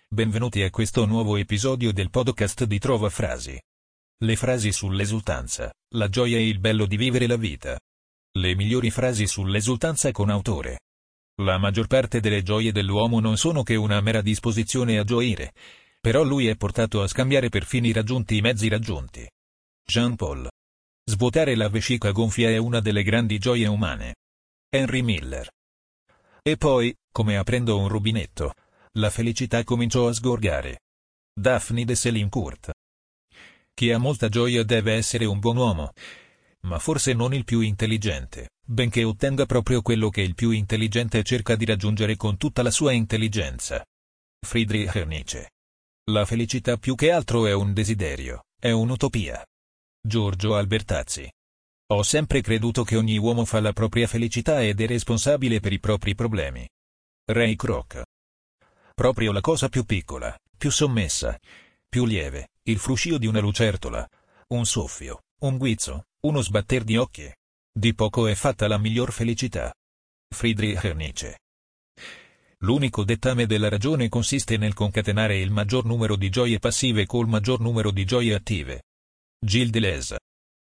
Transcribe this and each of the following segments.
Benvenuti a questo nuovo episodio del podcast di Trova Frasi. Le frasi sull'esultanza, la gioia e il bello di vivere la vita. Le migliori frasi sull'esultanza con autore. La maggior parte delle gioie dell'uomo non sono che una mera disposizione a gioire, però lui è portato a scambiare per fini raggiunti i mezzi raggiunti. Jean Paul. Svuotare la vescica gonfia è una delle grandi gioie umane. Henry Miller. E poi, come aprendo un rubinetto, la felicità cominciò a sgorgare. Daphne de Selincourt. Chi ha molta gioia deve essere un buon uomo, ma forse non il più intelligente, benché ottenga proprio quello che il più intelligente cerca di raggiungere con tutta la sua intelligenza. Friedrich Nietzsche. La felicità più che altro è un desiderio, è un'utopia. Giorgio Albertazzi. Ho sempre creduto che ogni uomo fa la propria felicità ed è responsabile per i propri problemi. Ray Kroc. Proprio la cosa più piccola, più sommessa, più lieve, il fruscio di una lucertola, un soffio, un guizzo, uno sbatter di occhi. Di poco è fatta la miglior felicità. Friedrich Nietzsche. L'unico dettame della ragione consiste nel concatenare il maggior numero di gioie passive col maggior numero di gioie attive. Gilles Deleuze.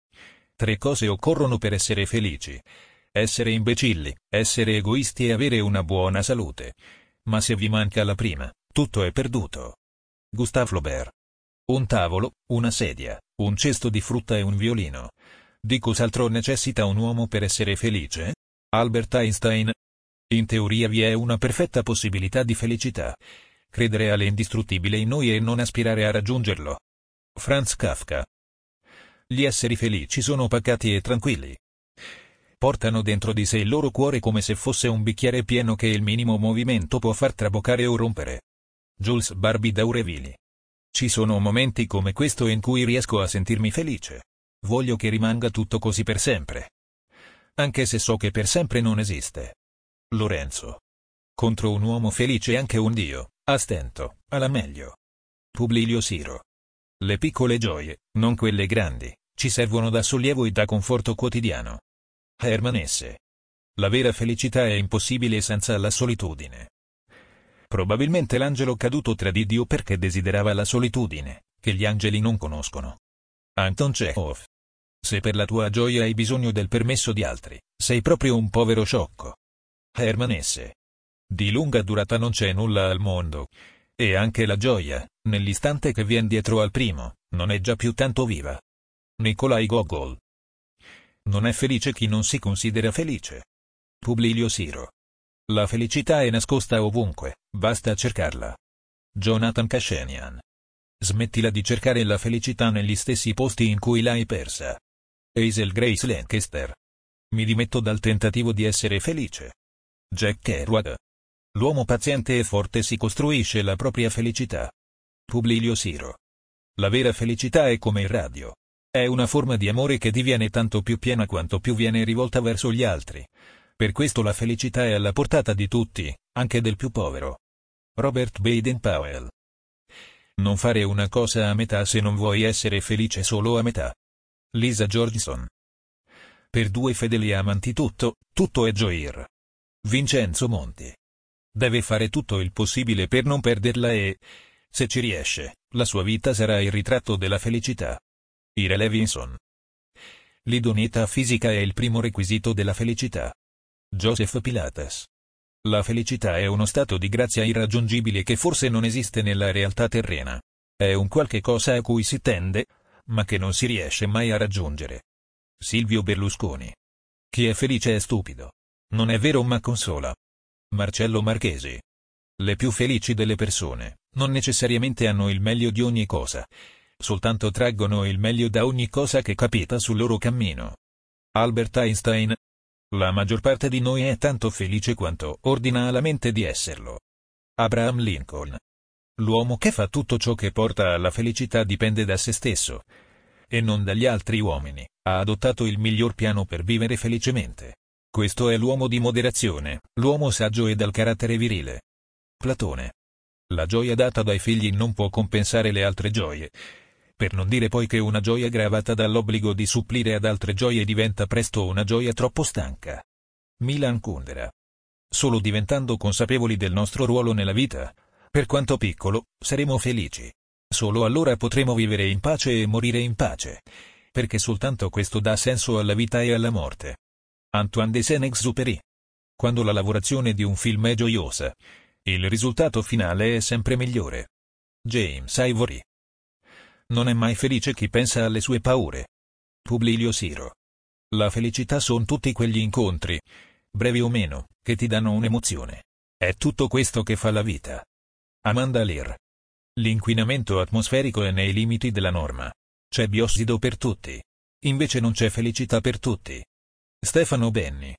3 cose occorrono per essere felici: essere imbecilli, essere egoisti e avere una buona salute. Ma se vi manca la prima, tutto è perduto. Gustave Flaubert. Un tavolo, una sedia, un cesto di frutta e un violino. Di cos'altro necessita un uomo per essere felice? Albert Einstein. In teoria vi è una perfetta possibilità di felicità. Credere all'indistruttibile in noi e non aspirare a raggiungerlo. Franz Kafka. Gli esseri felici sono pacati e tranquilli. Portano dentro di sé il loro cuore come se fosse un bicchiere pieno che il minimo movimento può far traboccare o rompere. Jules Barbie d'Aurevilly. Ci sono momenti come questo in cui riesco a sentirmi felice. Voglio che rimanga tutto così per sempre. Anche se so che per sempre non esiste. Lorenzo. Contro un uomo felice anche un dio, a stento, alla meglio. Publilio Siro. Le piccole gioie, non quelle grandi, ci servono da sollievo e da conforto quotidiano. Hermann Hesse. La vera felicità è impossibile senza la solitudine. Probabilmente l'angelo caduto tradì Dio perché desiderava la solitudine, che gli angeli non conoscono. Anton Chekhov. Se per la tua gioia hai bisogno del permesso di altri, sei proprio un povero sciocco. Hermann Hesse. Di lunga durata non c'è nulla al mondo. E anche la gioia, nell'istante che vien dietro al primo, non è già più tanto viva. Nikolai Gogol. Non è felice chi non si considera felice. Publilio Siro. La felicità è nascosta ovunque, basta cercarla. Jonathan Kashanian. Smettila di cercare la felicità negli stessi posti in cui l'hai persa. Hazel Grace Lancaster. Mi dimetto dal tentativo di essere felice. Jack Kerouac. L'uomo paziente e forte si costruisce la propria felicità. Publilio Siro. La vera felicità è come il radio. È una forma di amore che diviene tanto più piena quanto più viene rivolta verso gli altri. Per questo la felicità è alla portata di tutti, anche del più povero. Robert Baden-Powell. Non fare una cosa a metà se non vuoi essere felice solo a metà. Lisa Georgeson. Per 2 fedeli amanti tutto è gioir. Vincenzo Monti. Deve fare tutto il possibile per non perderla e, se ci riesce, la sua vita sarà il ritratto della felicità. Ira Levinson. L'idoneità fisica è il primo requisito della felicità. Joseph Pilates. La felicità è uno stato di grazia irraggiungibile che forse non esiste nella realtà terrena. È un qualche cosa a cui si tende, ma che non si riesce mai a raggiungere. Silvio Berlusconi. Chi è felice è stupido. Non è vero ma consola. Marcello Marchesi. Le più felici delle persone, non necessariamente hanno il meglio di ogni cosa. Soltanto traggono il meglio da ogni cosa che capita sul loro cammino. Albert Einstein. La maggior parte di noi è tanto felice quanto ordina alla mente di esserlo. Abraham Lincoln. L'uomo che fa tutto ciò che porta alla felicità dipende da se stesso, e non dagli altri uomini. Ha adottato il miglior piano per vivere felicemente. Questo è l'uomo di moderazione, l'uomo saggio e dal carattere virile. Platone. La gioia data dai figli non può compensare le altre gioie. Per non dire poi che una gioia gravata dall'obbligo di supplire ad altre gioie diventa presto una gioia troppo stanca. Milan Kundera. Solo diventando consapevoli del nostro ruolo nella vita, Per quanto piccolo, saremo felici. Solo allora potremo vivere in pace e morire in pace. Perché soltanto questo dà senso alla vita e alla morte. Antoine de Saint-Exupéry. Quando la lavorazione di un film è gioiosa, il risultato finale è sempre migliore. James Ivory. Non è mai felice chi pensa alle sue paure. Publio Siro. La felicità son tutti quegli incontri, brevi o meno, che ti danno un'emozione. È tutto questo che fa la vita. Amanda Lear. L'inquinamento atmosferico è nei limiti della norma. C'è biossido per tutti. Invece non c'è felicità per tutti. Stefano Benni.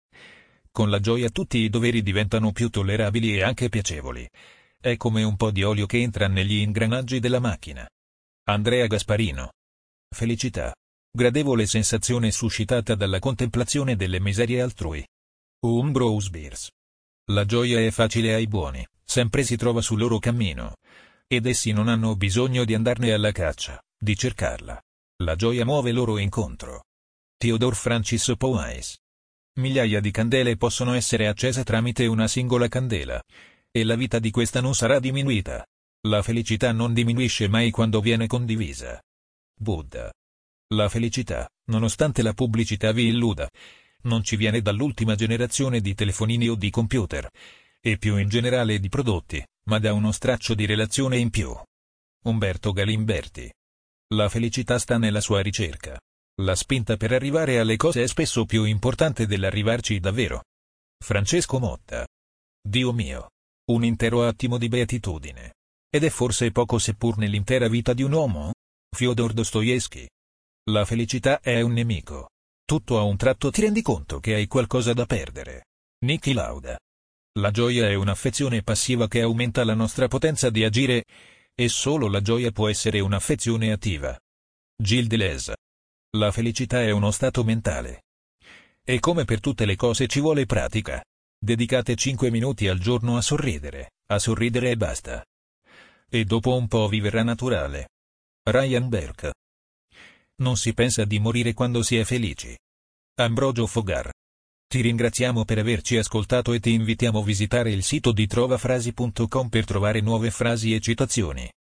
Con la gioia tutti i doveri diventano più tollerabili e anche piacevoli. È come un po' di olio che entra negli ingranaggi della macchina. Andrea Gasparino. Felicità. Gradevole sensazione suscitata dalla contemplazione delle miserie altrui. Ambrose Bierce. La gioia è facile ai buoni, sempre si trova sul loro cammino. Ed essi non hanno bisogno di andarne alla caccia, di cercarla. La gioia muove loro incontro. Theodore Francis Powys. Migliaia di candele possono essere accese tramite una singola candela. E la vita di questa non sarà diminuita. La felicità non diminuisce mai quando viene condivisa. Buddha. La felicità, nonostante la pubblicità vi illuda, non ci viene dall'ultima generazione di telefonini o di computer, e più in generale di prodotti, ma da uno straccio di relazione in più. Umberto Galimberti. La felicità sta nella sua ricerca. La spinta per arrivare alle cose è spesso più importante dell'arrivarci davvero. Francesco Motta. Dio mio. Un intero attimo di beatitudine. Ed è forse poco seppur nell'intera vita di un uomo? Fyodor Dostoevskij. La felicità è un nemico. Tutto a un tratto ti rendi conto che hai qualcosa da perdere. Niki Lauda. La gioia è un'affezione passiva che aumenta la nostra potenza di agire, e solo la gioia può essere un'affezione attiva. Gilles Deleuze. La felicità è uno stato mentale. E come per tutte le cose ci vuole pratica. Dedicate 5 minuti al giorno a sorridere e basta. E dopo un po' vi verrà naturale. Ryan Burke. Non si pensa di morire quando si è felici. Ambrogio Fogar. Ti ringraziamo per averci ascoltato e ti invitiamo a visitare il sito di trovafrasi.com per trovare nuove frasi e citazioni.